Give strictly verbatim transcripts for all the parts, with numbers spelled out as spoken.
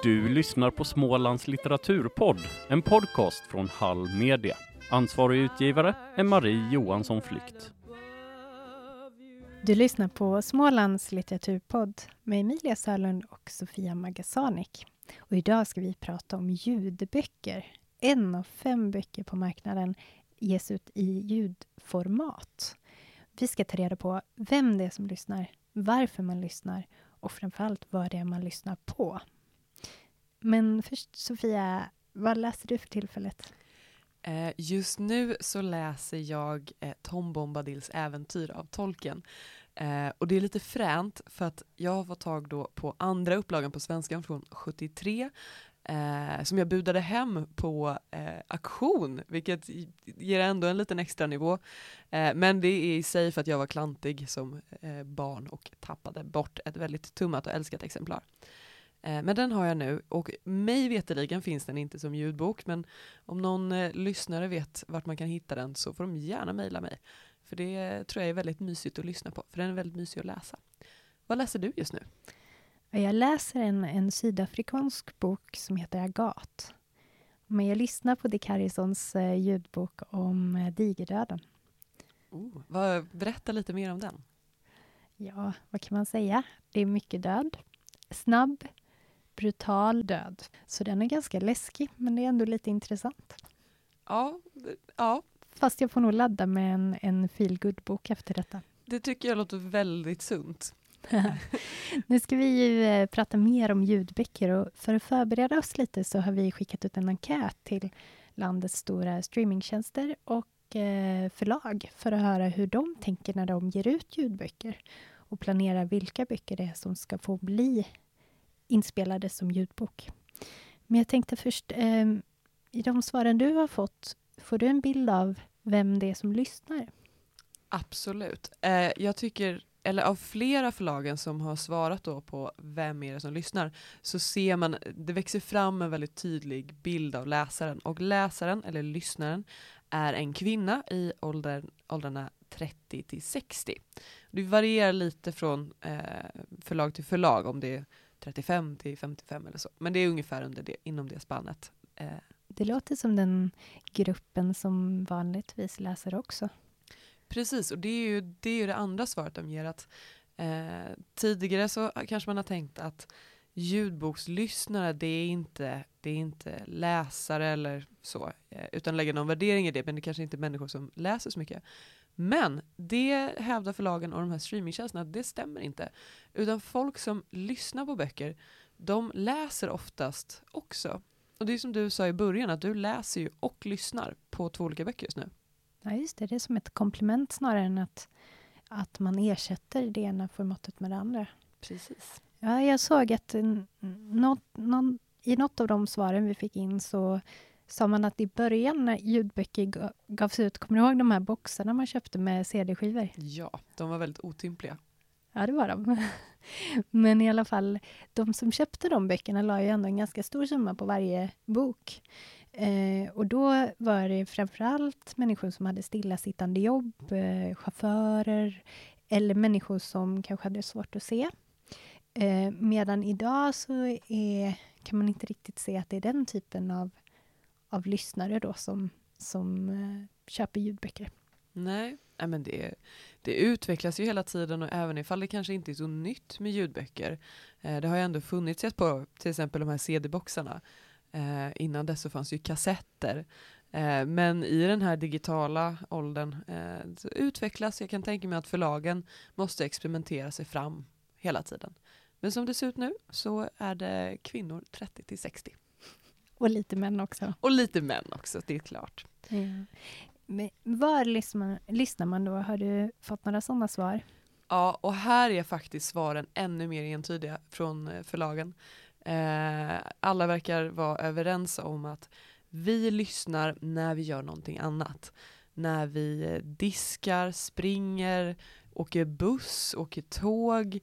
Du lyssnar på Smålands litteraturpodd, en podcast från Hall Media. Ansvarig utgivare är Marie Johansson Flykt. Du lyssnar på Smålands litteraturpodd med Emilia Sörlund och Sofia Magasanik. Och idag ska vi prata om ljudböcker. En av fem böcker på marknaden ges ut i ljudformat. Vi ska ta reda på vem det är som lyssnar, varför man lyssnar och framförallt vad det är man lyssnar på. Men först Sofia, vad läser du för tillfället? Eh, just nu så läser jag eh, Tom Bombadils äventyr av Tolkien. Eh, och det är lite fränt för att jag har fått tag då på andra upplagan på svenskan från sjuttiotre. Eh, som jag budade hem på eh, auktion, vilket ger ändå en liten extra nivå. Eh, men det är i sig för att jag var klantig som eh, barn och tappade bort ett väldigt tummat och älskat exemplar. Eh, men den har jag nu och mig veteligen finns den inte som ljudbok, men om någon eh, lyssnare vet vart man kan hitta den så får de gärna mejla mig. För det eh, tror jag är väldigt mysigt att lyssna på, för den är väldigt mysig att läsa. Vad läser du just nu? Jag läser en, en sydafrikansk bok som heter Agat. Men jag lyssnar på Dick Harrisons eh, ljudbok om eh, digerdöden. Oh, vad, berätta lite mer om den. Ja, vad kan man säga? Det är mycket död. Snabb, brutal död. Så den är ganska läskig, men det är ändå lite intressant. Ja, ja. Fast jag får nog ladda med en, en feel-good-bok efter detta. Det tycker jag låter väldigt sunt. Nu ska vi ju eh, prata mer om ljudböcker, och för att förbereda oss lite så har vi skickat ut en enkät till landets stora streamingtjänster och eh, förlag för att höra hur de tänker när de ger ut ljudböcker och planerar vilka böcker det är som ska få bli inspelade som ljudbok. Men jag tänkte först, eh, i de svaren du har fått, får du en bild av vem det är som lyssnar? Absolut. Eh, jag tycker eller av flera förlagen som har svarat då på vem är det som lyssnar, så ser man, det växer fram en väldigt tydlig bild av läsaren. Och läsaren, eller lyssnaren, är en kvinna i åldern, åldrarna trettio till sextio. Det varierar lite från eh, förlag till förlag, om det är trettiofem till femtiofem eller så. Men det är ungefär under det, inom det spannet. Eh. Det låter som den gruppen som vanligtvis läser också. Precis, och det är ju det, är ju det andra svaret de ger. Att, eh, tidigare så kanske man har tänkt att ljudbokslyssnare, det är inte, det är inte läsare eller så, eh, utan lägger någon värdering i det, men det kanske inte är människor som läser så mycket. Men det hävdar förlagen och de här streamingtjänsterna, det stämmer inte. Utan folk som lyssnar på böcker, de läser oftast också. Och det är som du sa i början, att du läser ju och lyssnar på två olika böcker just nu. Ja, just det. Det är som ett komplement snarare än att, att man ersätter det ena formatet med det andra. Precis. Ja, jag såg att något, någon, i något av de svaren vi fick in så sa man att i början när ljudböcker gavs ut, kommer du ihåg de här boxarna man köpte med C D-skivor? Ja, de var väldigt otympliga. Ja, det var de. Men i alla fall, de som köpte de böckerna la ju ändå en ganska stor summa på varje bok. Eh, och då var det framförallt människor som hade stillasittande jobb, eh, chaufförer eller människor som kanske hade svårt att se. Eh, medan idag så är, kan man inte riktigt se att det är den typen av, av lyssnare då som, som eh, köper ljudböcker. Nej, men det, det utvecklas ju hela tiden, och även ifall det kanske inte är så nytt med ljudböcker. Eh, det har ju ändå funnits ett på till exempel de här C D-boxarna. Eh, innan dess så fanns ju kassetter. Eh, men i den här digitala åldern eh, så utvecklas, jag kan tänka mig att förlagen måste experimentera sig fram hela tiden. Men som det ser ut nu så är det kvinnor trettio till sextio. Och lite män också. Och lite män också, det är klart. Ja. Men var lyssnar, lyssnar man då? Har du fått några sådana svar? Ja, och här är faktiskt svaren ännu mer entydiga från förlagen. Eh, alla verkar vara överens om att vi lyssnar när vi gör någonting annat. När vi diskar, springer, åker buss, åker tåg,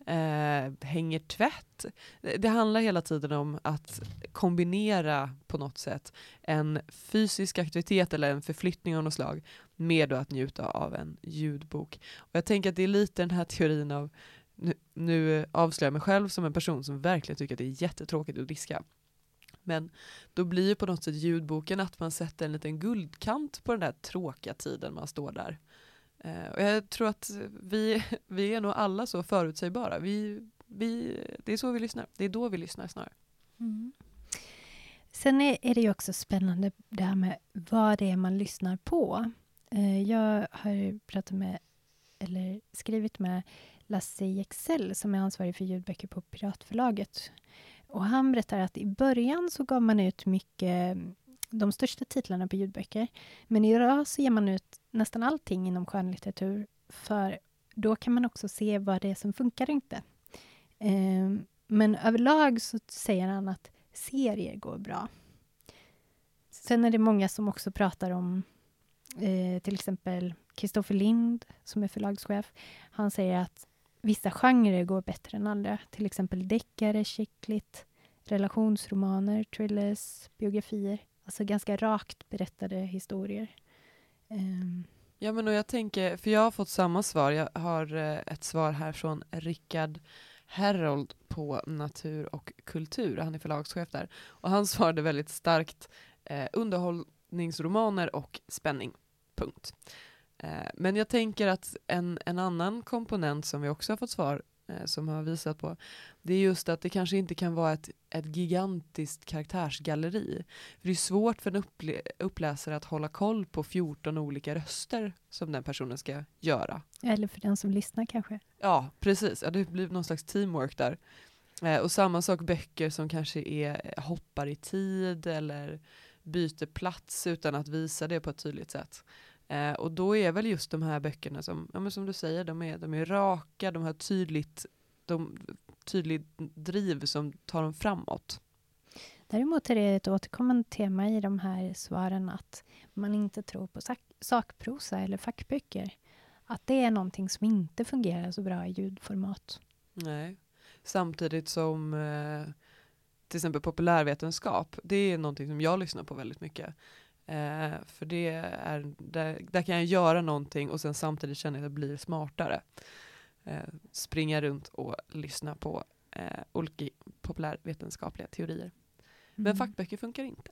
eh, hänger tvätt. Det handlar hela tiden om att kombinera på något sätt en fysisk aktivitet eller en förflyttning av något slag med att njuta av en ljudbok. Och jag tänker att det är lite den här teorin av nu, nu avslöjar jag mig själv som en person som verkligen tycker att det är jättetråkigt att diska. Men då blir ju på något sätt ljudboken att man sätter en liten guldkant på den där tråkiga tiden man står där. Eh, och jag tror att vi, vi är nog alla så förutsägbara. Vi, vi, det är så vi lyssnar. Det är då vi lyssnar snarare. Mm. Sen är, är det ju också spännande det här med vad det är man lyssnar på. Eh, jag har pratat med, eller skrivit med Lasse Jexell som är ansvarig för ljudböcker på Piratförlaget. Och han berättar att i början så gav man ut mycket, de största titlarna på ljudböcker. Men idag så ger man ut nästan allting inom skönlitteratur. För då kan man också se vad det är som funkar inte. Eh, men överlag så säger han att serier går bra. Sen är det många som också pratar om eh, till exempel Kristoffer Lind som är förlagschef. Han säger att vissa genrer går bättre än andra. Till exempel deckare, chicklit, relationsromaner, thrillers, biografier. Alltså ganska rakt berättade historier. Um. Ja, men och jag tänker, för jag har fått samma svar. Jag har eh, ett svar här från Rickard Herold på Natur och kultur. Han är förlagschef där. Och han svarade väldigt starkt eh, underhållningsromaner och spänning. Punkt. Eh, men jag tänker att en, en annan komponent som vi också har fått svar eh, som har visat på, det är just att det kanske inte kan vara ett, ett gigantiskt karaktärsgalleri. För det är svårt för en upple- uppläsare att hålla koll på fjorton olika röster som den personen ska göra. Eller för den som lyssnar kanske. Ja, precis. Ja, det blir någon slags teamwork där. Eh, och samma sak böcker som kanske är hoppar i tid eller byter plats utan att visa det på ett tydligt sätt. Eh, och då är väl just de här böckerna som, ja, men som du säger, de är, de är raka, de har tydligt, de, tydligt driv som tar dem framåt. Däremot är det ett återkommande tema i de här svaren att man inte tror på sak- sakprosa eller fackböcker. Att det är någonting som inte fungerar så bra i ljudformat. Nej. Samtidigt som eh, till exempel populärvetenskap, det är någonting som jag lyssnar på väldigt mycket. Eh, för det är, där, där kan jag göra någonting och sen samtidigt känna att jag blir smartare. Eh, springa runt och lyssna på eh, olika populärvetenskapliga teorier. Mm. Men fackböcker funkar inte.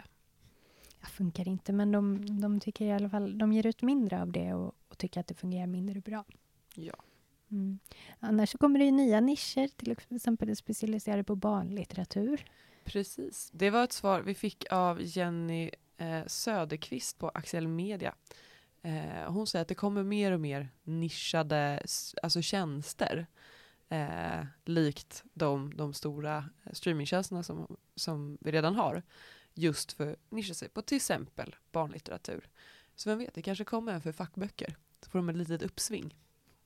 Ja, funkar inte, men de, de tycker i alla fall, de ger ut mindre av det och, och tycker att det fungerar mindre bra. Ja. Mm. Annars så kommer det ju nya nischer, till exempel specialiserade på barnlitteratur. Precis. Det var ett svar vi fick av Jenny eh, Söderqvist på Axel Media. Eh, hon säger att det kommer mer och mer nischade alltså tjänster. Eh, likt de, de stora streamingtjänsterna som, som vi redan har. Just för att nischa sig på till exempel barnlitteratur. Så vem vet, det kanske kommer en för fackböcker. Så får de ett litet uppsving.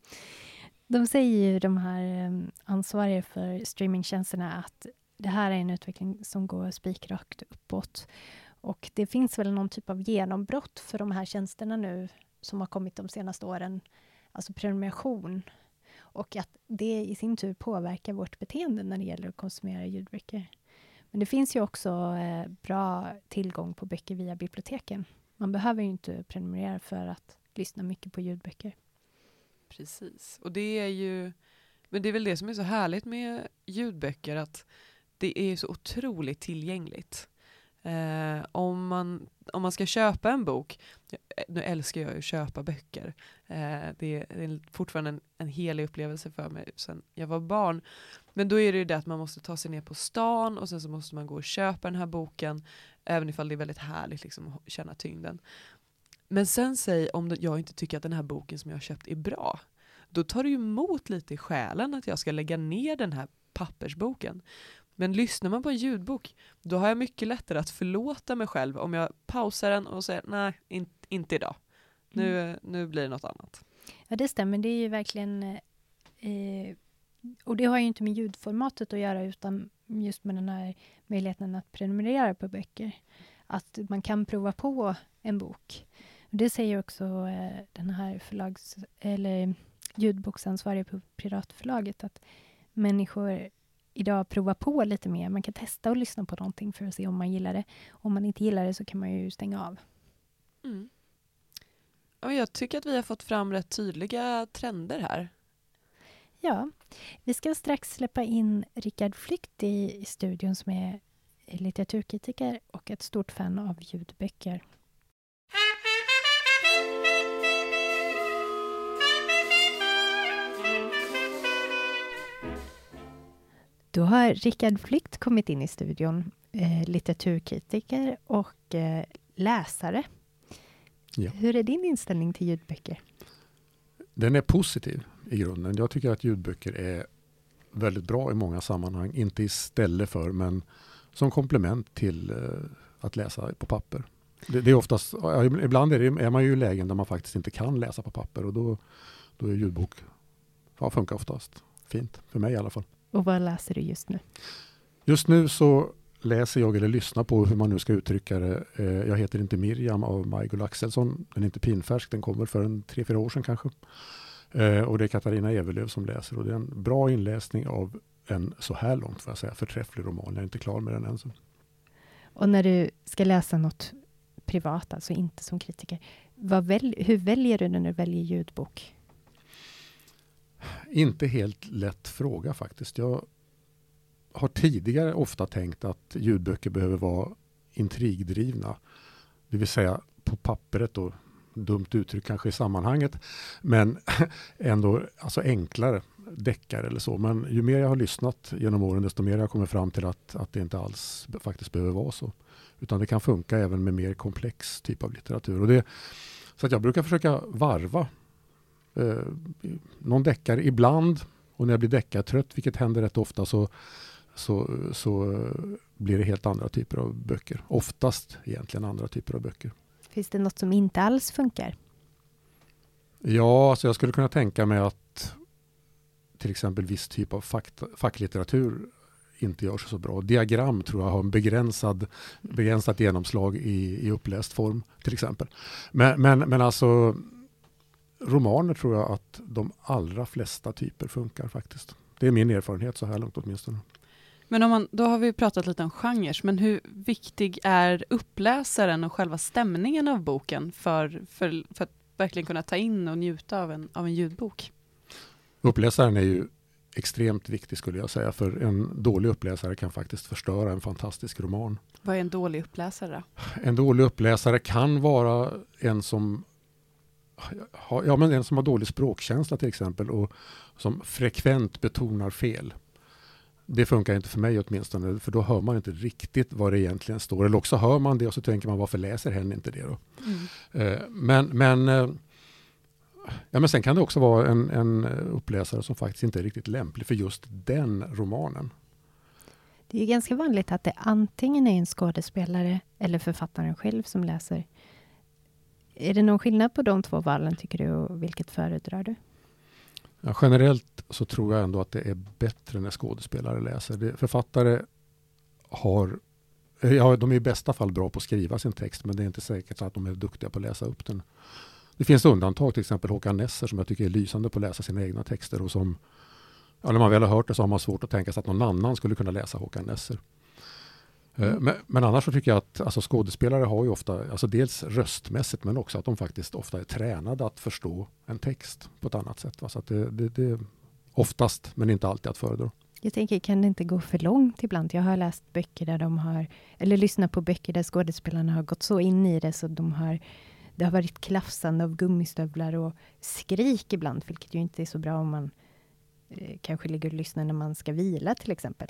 De säger ju, de här ansvariga för streamingtjänsterna, att det här är en utveckling som går spikrakt uppåt. Och det finns väl någon typ av genombrott för de här tjänsterna nu som har kommit de senaste åren. Alltså prenumeration. Och att det i sin tur påverkar vårt beteende när det gäller att konsumera ljudböcker. Men det finns ju också eh, bra tillgång på böcker via biblioteken. Man behöver ju inte prenumerera för att lyssna mycket på ljudböcker. Precis. Och det är ju, men det är väl det som är så härligt med ljudböcker, att det är så otroligt tillgängligt. Eh, om, man, om man ska köpa en bok, nu älskar jag ju att köpa böcker. Eh, det, är, det är fortfarande en, en helig upplevelse för mig sedan jag var barn. Men då är det ju det att man måste ta sig ner på stan och sen så måste man gå och köpa den här boken, även ifall det är väldigt härligt liksom, att känna tyngden. Men sen säg om jag inte tycker att den här boken som jag har köpt är bra. Då tar det ju emot lite i själen att jag ska lägga ner den här pappersboken. Men lyssnar man på en ljudbok, då har jag mycket lättare att förlåta mig själv om jag pausar den och säger nej, in, inte idag. Nu, mm. nu blir det något annat. Ja, det stämmer. Det är ju verkligen... Eh, och det har ju inte med ljudformatet att göra, utan just med den här möjligheten att prenumerera på böcker. Att man kan prova på en bok. Och det säger också eh, den här förlags... eller ljudboksansvariga på Piratförlaget, att människor idag provar på lite mer. Man kan testa och lyssna på någonting för att se om man gillar det. Om man inte gillar det så kan man ju stänga av. Mm. Och jag tycker att vi har fått fram rätt tydliga trender här. Ja, vi ska strax släppa in Rickard Flykt i, i studion som är litteraturkritiker och ett stort fan av ljudböcker. Då har Rickard Flykt kommit in i studion, eh, litteraturkritiker och eh, läsare. Ja. Hur är din inställning till ljudböcker? Den är positiv i grunden. Jag tycker att ljudböcker är väldigt bra i många sammanhang. Inte istället för, men som komplement till uh, att läsa på papper. Det, det är oftast, ibland är, det, är man ju i lägen där man faktiskt inte kan läsa på papper. Och då, då är ljudbok, ja, funkar oftast fint. För mig i alla fall. Och vad läser du just nu? Just nu så läser jag eller lyssnar på hur man nu ska uttrycka det. Uh, jag heter inte Miriam av Maj-Gull Axelsson. Den är inte pinfärsk. Den kommer för en tre, fyra år sedan kanske. Uh, och det är Katarina Evelöv som läser. Och det är en bra inläsning av en så här långt, får jag säga, förträfflig roman. Jag är inte klar med den än. Så. Och när du ska läsa något privat, alltså inte som kritiker, vad väl, hur väljer du när du väljer ljudbok? Inte helt lätt fråga faktiskt. Jag har tidigare ofta tänkt att ljudböcker behöver vara intrigdrivna. Det vill säga på pappret då, dumt uttryck kanske i sammanhanget, men ändå alltså enklare deckare eller så. Men ju mer jag har lyssnat genom åren, desto mer jag kommer fram till att, att det inte alls faktiskt behöver vara så. Utan det kan funka även med mer komplex typ av litteratur. Och det, så att jag brukar försöka varva eh, någon deckare ibland, och när jag blir deckartrött, vilket händer rätt ofta, så, så, så blir det helt andra typer av böcker. Oftast egentligen andra typer av böcker. Finns det något som inte alls funkar? Ja, alltså jag skulle kunna tänka mig att till exempel viss typ av fakta, facklitteratur inte gör sig så bra. Diagram tror jag har en begränsad, begränsat genomslag i, i uppläst form till exempel. Men, men, men alltså romaner tror jag att de allra flesta typer funkar faktiskt. Det är min erfarenhet så här långt åtminstone. Men om man, då har vi pratat lite om genrer, men hur viktig är uppläsaren och själva stämningen av boken för, för, för att verkligen kunna ta in och njuta av en, av en ljudbok? Uppläsaren är ju extremt viktig skulle jag säga, för en dålig uppläsare kan faktiskt förstöra en fantastisk roman. Vad är en dålig uppläsare då? En dålig uppläsare kan vara en som har, ja, men en som har dålig språkkänsla till exempel och som frekvent betonar fel. Det funkar inte för mig åtminstone, för då hör man inte riktigt vad det egentligen står. Eller också hör man det och så tänker man, varför läser hen inte det då? Mm. Men, men, ja, men sen kan det också vara en, en uppläsare som faktiskt inte är riktigt lämplig för just den romanen. Det är ju ganska vanligt att det antingen är en skådespelare eller författaren själv som läser. Är det någon skillnad på de två valen tycker du, och vilket föredrar du? Ja, generellt så tror jag ändå att det är bättre när skådespelare läser. Det, författare har, ja, de är i bästa fall bra på att skriva sin text, men det är inte säkert att de är duktiga på att läsa upp den. Det finns undantag, till exempel Håkan Nesser som jag tycker är lysande på att läsa sina egna texter och som, ja, när man väl har hört det så har man svårt att tänka sig att någon annan skulle kunna läsa Håkan Nesser. Mm. Men, men annars så tycker jag att alltså, skådespelare har ju ofta, alltså dels röstmässigt men också att de faktiskt ofta är tränade att förstå en text på ett annat sätt. Så att det, det, det är oftast, men inte alltid att föredra. Jag tänker, kan det inte gå för långt ibland? Jag har läst böcker där de har, eller lyssnat på böcker där skådespelarna har gått så in i det så de har, det har varit klafsande av gummistövlar och skrik ibland, vilket ju inte är så bra om man eh, kanske ligger och lyssnar när man ska vila till exempel.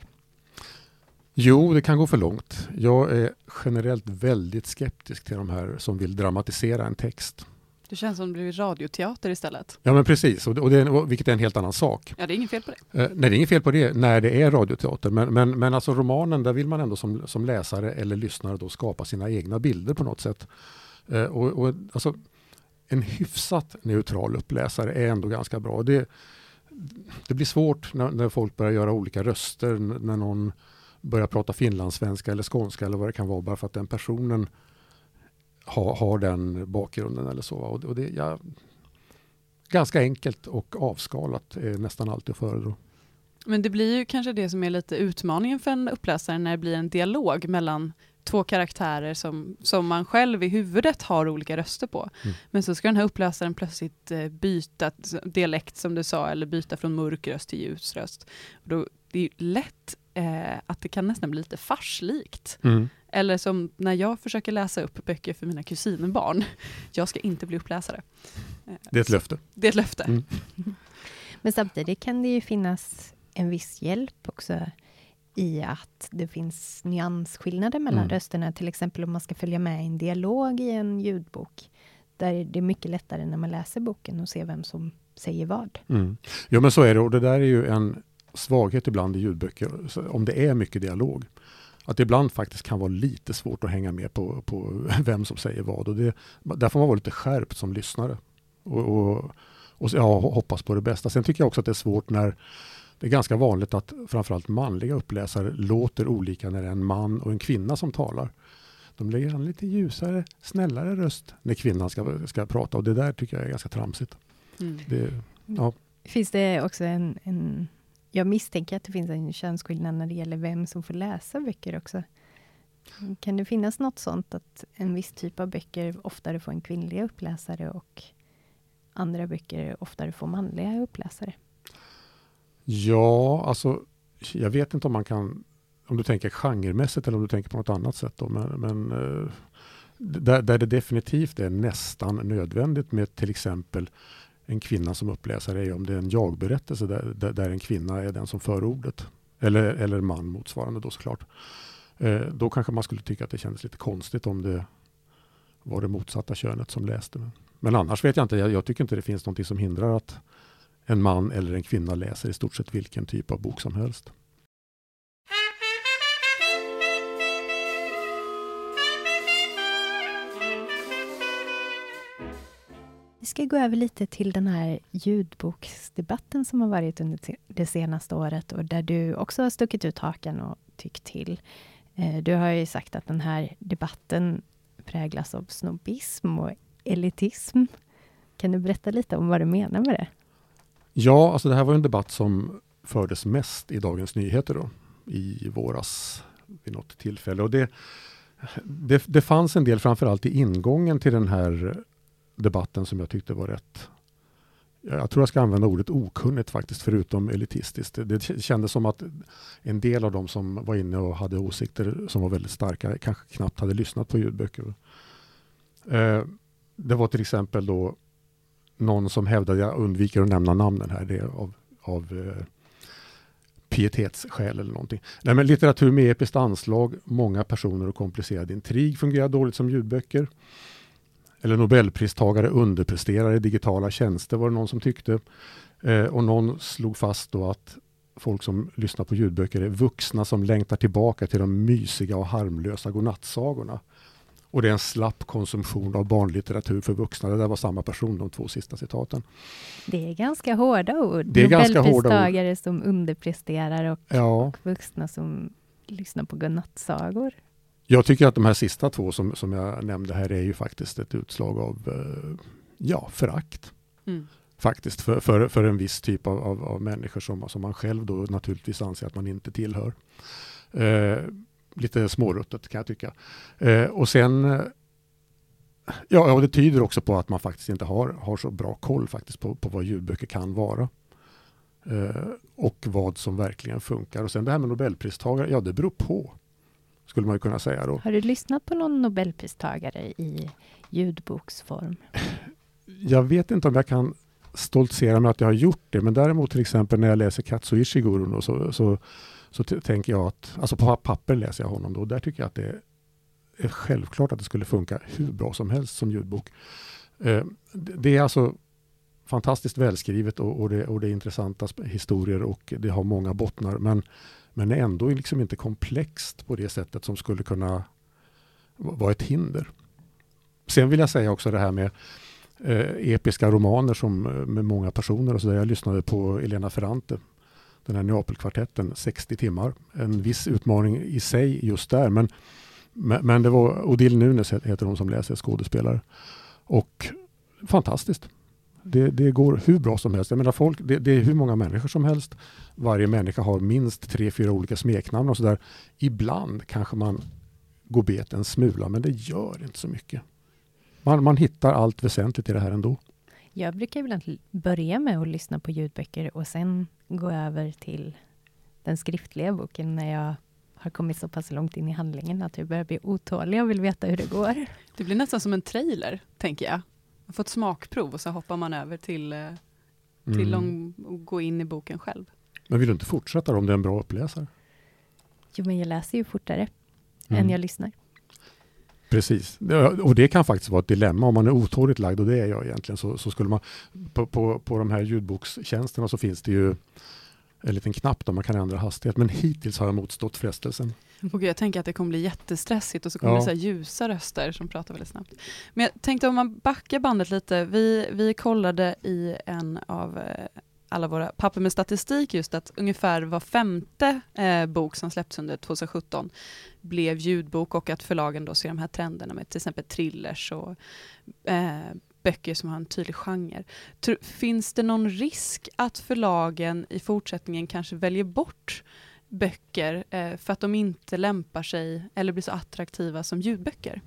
Jo, det kan gå för långt. Jag är generellt väldigt skeptisk till de här som vill dramatisera en text. Det känns som det blir radioteater istället. Ja, men precis. Och det, och det, vilket är en helt annan sak. Ja, det är inget fel på det. Eh, nej, det är inget fel på det när det är radioteater. Men, men, men alltså romanen, där vill man ändå som, som läsare eller lyssnare då skapa sina egna bilder på något sätt. Eh, och, och, alltså, en hyfsat neutral uppläsare är ändå ganska bra. Det, det blir svårt när, när folk börjar göra olika röster, när någon börja prata finlandssvenska eller skånska eller vad det kan vara, bara för att den personen har, har den bakgrunden eller så. Och, och det är ja, ganska enkelt och avskalat är nästan alltid att föredra. Men det blir ju kanske det som är lite utmaningen för en uppläsare när det blir en dialog mellan två karaktärer som, som man själv i huvudet har olika röster på. Mm. Men så ska den här uppläsaren plötsligt eh, byta dialekt som du sa, eller byta från mörk röst till ljus röst. Och då, det är lätt eh, att det kan nästan bli lite farslikt. Mm. Eller som när jag försöker läsa upp böcker för mina kusinbarn. Jag ska inte bli uppläsare. Det är ett löfte. Det är ett löfte. Mm. Men samtidigt kan det ju finnas en viss hjälp också i att det finns nyansskillnader mellan mm. rösterna. Till exempel om man ska följa med i en dialog i en ljudbok. Där det är mycket lättare när man läser boken och ser vem som säger vad. Mm. Ja, men så är det. Och det där är ju en svaghet ibland i ljudböcker. Om det är mycket dialog. Att det ibland faktiskt kan vara lite svårt att hänga med på, på vem som säger vad. Och det, där får man vara lite skärpt som lyssnare. Och, och, och ja, hoppas på det bästa. Sen tycker jag också att det är svårt när det är ganska vanligt att framförallt manliga uppläsare låter olika när det är en man och en kvinna som talar. De lägger en lite ljusare, snällare röst när kvinnan ska, ska prata. Och det där tycker jag är ganska tramsigt. Mm. Det, ja. Finns det också en... en Jag misstänker att det finns en könsskillnad när det gäller vem som får läsa böcker också. Kan det finnas något sånt att en viss typ av böcker oftare får en kvinnlig uppläsare och andra böcker oftare får manliga uppläsare? Ja, alltså jag vet inte om man kan, om du tänker genremässigt eller om du tänker på något annat sätt då, men, men där, där det definitivt är nästan nödvändigt med till exempel en kvinna som uppläsare är om det är en jag-berättelse där, där, där en kvinna är den som för ordet. Eller, eller man motsvarande då såklart. Eh, då kanske man skulle tycka att det kändes lite konstigt om det var det motsatta könet som läste. Men, men annars vet jag inte, jag, jag tycker inte det finns något som hindrar att en man eller en kvinna läser i stort sett vilken typ av bok som helst. Vi ska gå över lite till den här ljudboksdebatten som har varit under det senaste året och där du också har stuckit ut hakan och tyckt till. Du har ju sagt att den här debatten präglas av snobbism och elitism. Kan du berätta lite om vad du menar med det? Ja, alltså det här var en debatt som fördes mest i Dagens Nyheter då, i våras vid något tillfälle. Och det, det, det fanns en del framförallt i ingången till den här debatten som jag tyckte var rätt. Jag tror jag ska använda ordet okunnigt faktiskt, förutom elitistiskt. Det kändes som att en del av dem som var inne och hade åsikter som var väldigt starka kanske knappt hade lyssnat på ljudböcker. Eh, det var till exempel då någon som hävdade, jag undviker att nämna namnen här, det är av, av eh, pietetsskäl eller någonting. Nej, men litteratur med episkt anslag, många personer och komplicerad intrig fungerar dåligt som ljudböcker. Eller Nobelpristagare underpresterar i digitala tjänster var det någon som tyckte. Eh, och någon slog fast då att folk som lyssnar på ljudböcker är vuxna som längtar tillbaka till de mysiga och harmlösa godnattsagorna. Och det är en slapp konsumtion av barnlitteratur för vuxna. Det där var samma person, de två sista citaten. Det är ganska hårda ord. Det är ganska hårda ord. Nobelpristagare som underpresterar och, ja. och vuxna som lyssnar på godnattsagor. Jag tycker att de här sista två som, som jag nämnde här är ju faktiskt ett utslag av eh, ja, förakt. Mm. Faktiskt för, för, för en viss typ av, av, av människor som, som man själv då naturligtvis anser att man inte tillhör. Eh, lite småruttet kan jag tycka. Eh, och sen eh, ja, och det tyder också på att man faktiskt inte har, har så bra koll faktiskt på, på vad ljudböcker kan vara. Eh, och vad som verkligen funkar. Och sen det här med Nobelpristagare, ja det beror på. Skulle man ju kunna säga då. Har du lyssnat på någon Nobelpristagare i ljudboksform? Jag vet inte om jag kan stoltsera med att jag har gjort det. Men däremot till exempel när jag läser Kazuo Ishiguro då, så, så, så t- tänker jag att, alltså på papper läser jag honom då. Där tycker jag att det är självklart att det skulle funka hur bra som helst som ljudbok. Eh, det är alltså fantastiskt välskrivet och, och, det, och det är intressanta historier och det har många bottnar. Men Men är ändå liksom inte komplext på det sättet som skulle kunna vara ett hinder. Sen vill jag säga också det här med eh, episka romaner som, med många personer. Och så där. Jag lyssnade på Elena Ferrante, den här Neapelkvartetten, sextio timmar. En viss utmaning i sig just där. Men, men det var Odile Nunes heter hon som läser, skådespelare. Och fantastiskt. Det, det går hur bra som helst. Jag menar folk, det, det är hur många människor som helst. Varje människa har minst tre, fyra olika smeknamn och sådär. Ibland kanske man gå bet en smula, men det gör inte så mycket. Man, man hittar allt väsentligt i det här ändå. Jag brukar ibland börja med att lyssna på ljudböcker och sen gå över till den skriftliga boken när jag har kommit så pass långt in i handlingen att jag börjar bli otålig och vill veta hur det går. Det blir nästan som en trailer, tänker jag. Man får ett smakprov och så hoppar man över till, till Mm. att gå in i boken själv. Men vill du inte fortsätta om det är en bra uppläsare? Jo, men jag läser ju fortare Mm. än jag lyssnar. Precis. Och det kan faktiskt vara ett dilemma om man är otåligt lagd, och det är jag egentligen. Så, så skulle man på, på, på de här ljudbokstjänsterna så finns det ju en liten knapp där man kan ändra hastighet. Men hittills har jag motstått frestelsen. Och jag tänker att det kommer bli jättestressigt och så kommer Ja. det så här ljusa röster som pratar väldigt snabbt. Men jag tänkte om man backar bandet lite. Vi, vi kollade i en av eh, alla våra papper med statistik just att ungefär var femte eh, bok som släppts under tjugohundrasjutton blev ljudbok, och att förlagen då ser de här trenderna med till exempel thrillers och eh, böcker som har en tydlig genre. Tr- finns det någon risk att förlagen i fortsättningen kanske väljer bort böcker eh, för att de inte lämpar sig eller blir så attraktiva som ljudböcker?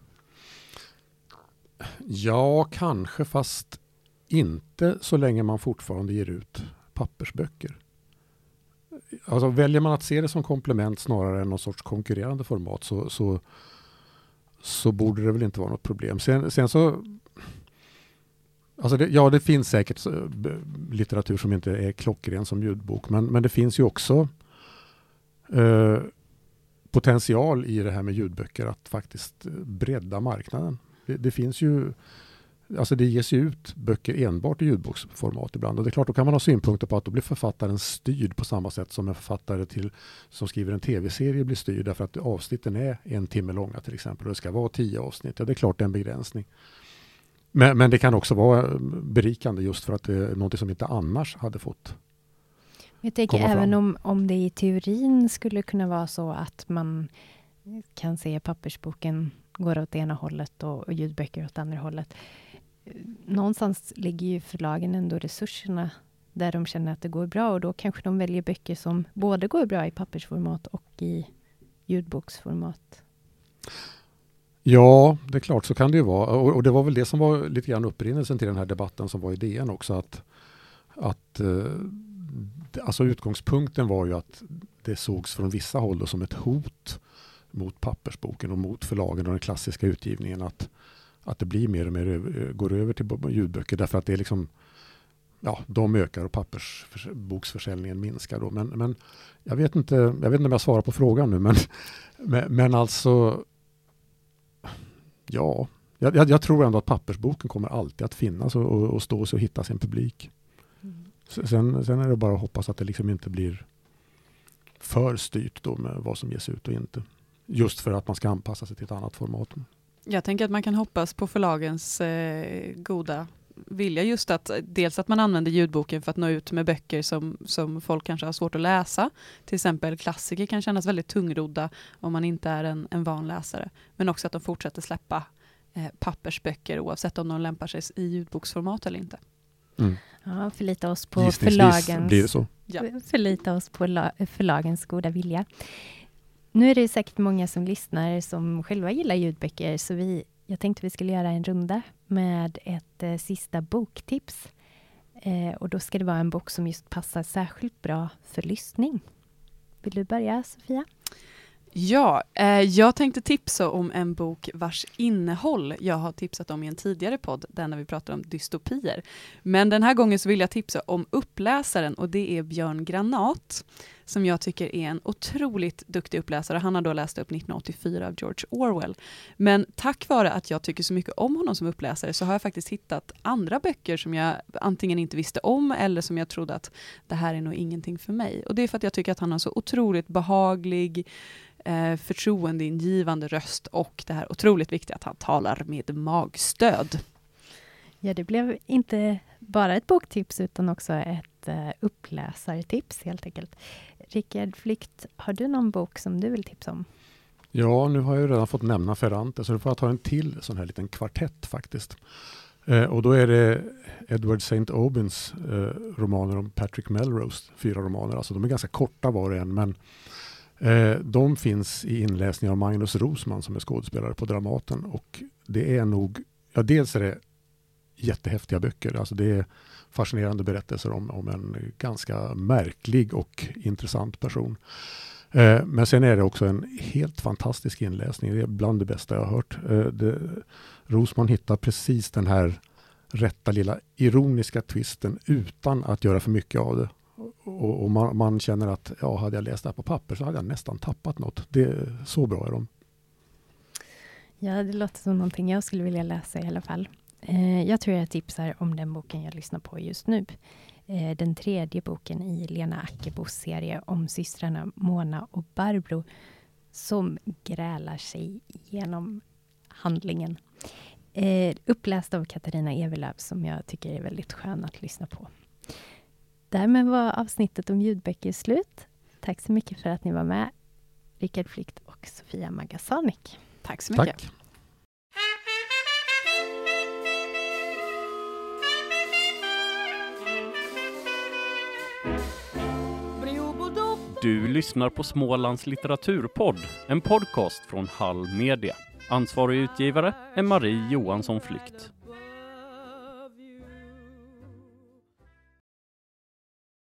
Ja, kanske, fast inte så länge man fortfarande ger ut pappersböcker. Alltså väljer man att se det som komplement snarare än någon sorts konkurrerande format så, så, så borde det väl inte vara något problem. Sen, sen så alltså det, ja, det finns säkert litteratur som inte är klockren som ljudbok, men, men det finns ju också eh, potential i det här med ljudböcker att faktiskt bredda marknaden. Det, det finns ju Alltså det ges ju ut böcker enbart i ljudboksformat ibland. Och det är klart, då kan man ha synpunkter på att då blir författaren styrd på samma sätt som en författare till, som skriver en tv-serie blir styrd därför att avsnitten är en timme långa till exempel. Och det ska vara tio avsnitt. Ja, det är klart det är en begränsning. Men, men det kan också vara berikande just för att det är något som inte annars hade fått. Jag tänker komma även fram. om, om det i teorin skulle kunna vara så att man kan se pappersboken går åt ena hållet och, och ljudböcker åt andra hållet. Någonstans ligger ju förlagen ändå resurserna där de känner att det går bra, och då kanske de väljer böcker som både går bra i pappersformat och i ljudboksformat. Ja, det är klart, så kan det ju vara. Och, och det var väl det som var lite grann upprinnelsen till den här debatten som var i D N också. Att, att, eh, alltså utgångspunkten var ju att det sågs från vissa håll då som ett hot mot pappersboken och mot förlagen och den klassiska utgivningen att, att det blir mer och mer över, går över till ljudböcker därför att det är liksom, ja, de ökar och pappersboksförsäljningen minskar då. Men, men jag vet inte, jag vet inte om jag svarar på frågan nu, men, men, men alltså ja, jag, jag tror ändå att pappersboken kommer alltid att finnas och, och, och stå sig och hitta sin publik. Mm. Sen, sen är det bara att hoppas att det liksom inte blir för styrt då med vad som ges ut och inte. Just för att man ska anpassa sig till ett annat format. Jag tänker att man kan hoppas på förlagens eh, goda vilja, just att dels att man använder ljudboken för att nå ut med böcker som, som folk kanske har svårt att läsa. Till exempel klassiker kan kännas väldigt tungrodda om man inte är en, en van läsare. Men också att de fortsätter släppa eh, pappersböcker oavsett om de lämpar sig i ljudboksformat eller inte. Mm. Ja, förlita oss på Gissningsvis förlagens, blir det så. Ja. förlita oss på la, förlagens goda vilja. Nu är det säkert många som lyssnar som själva gillar ljudböcker, så vi, jag tänkte vi skulle göra en runda med ett eh, sista boktips. Eh, och då ska det vara en bok som just passar särskilt bra för lyssning. Vill du börja, Sofia? Ja, eh, jag tänkte tipsa om en bok vars innehåll jag har tipsat om i en tidigare podd, där när vi pratar om dystopier. Men den här gången så vill jag tipsa om uppläsaren, och det är Björn Granat, som jag tycker är en otroligt duktig uppläsare. Han har då läst upp nittonhundraåttiofyra av George Orwell. Men tack vare att jag tycker så mycket om honom som uppläsare så har jag faktiskt hittat andra böcker som jag antingen inte visste om eller som jag trodde att det här är nog ingenting för mig. Och det är för att jag tycker att han har så otroligt behaglig, eh, förtroendeingivande röst, och det här otroligt viktigt att han talar med magstöd. Ja, det blev inte bara ett boktips utan också ett uh, uppläsartips helt enkelt. Rickard Flykt, har du någon bok som du vill tipsa om? Ja, nu har jag ju redan fått nämna Ferrante, så då får jag ta en till sån här liten kvartett faktiskt. Eh, och då är det Edward Saint Aubins eh, romaner om Patrick Melrose, fyra romaner. Alltså de är ganska korta var och en, men Eh, de finns i inläsning av Magnus Rosman som är skådespelare på Dramaten. Och det är nog, ja dels är det jättehäftiga böcker. Alltså det är fascinerande berättelser om, om en ganska märklig och intressant person. Eh, men sen är det också en helt fantastisk inläsning. Det är bland det bästa jag har hört. Eh, det, Rosman hittar precis den här rätta lilla ironiska twisten utan att göra för mycket av det. Och, och man, man känner att ja, hade jag läst det här på papper så hade jag nästan tappat något. Det är så bra är de. Ja, det låter som någonting jag skulle vilja läsa i alla fall. Eh, jag tror jag tipsar om den boken jag lyssnar på just nu. Eh, den tredje boken i Lena Ackebos serie om systrarna Mona och Barbro som grälar sig genom handlingen. Eh, uppläst av Katarina Evelöv som jag tycker är väldigt skön att lyssna på. Därmed var avsnittet om ljudböcker slut. Tack så mycket för att ni var med. Rickard Flykt och Sofia Magasanik. Tack så mycket. Tack. Du lyssnar på Smålands litteraturpodd, en podcast från Hall Media. Ansvarig utgivare är Marie Johansson Flykt.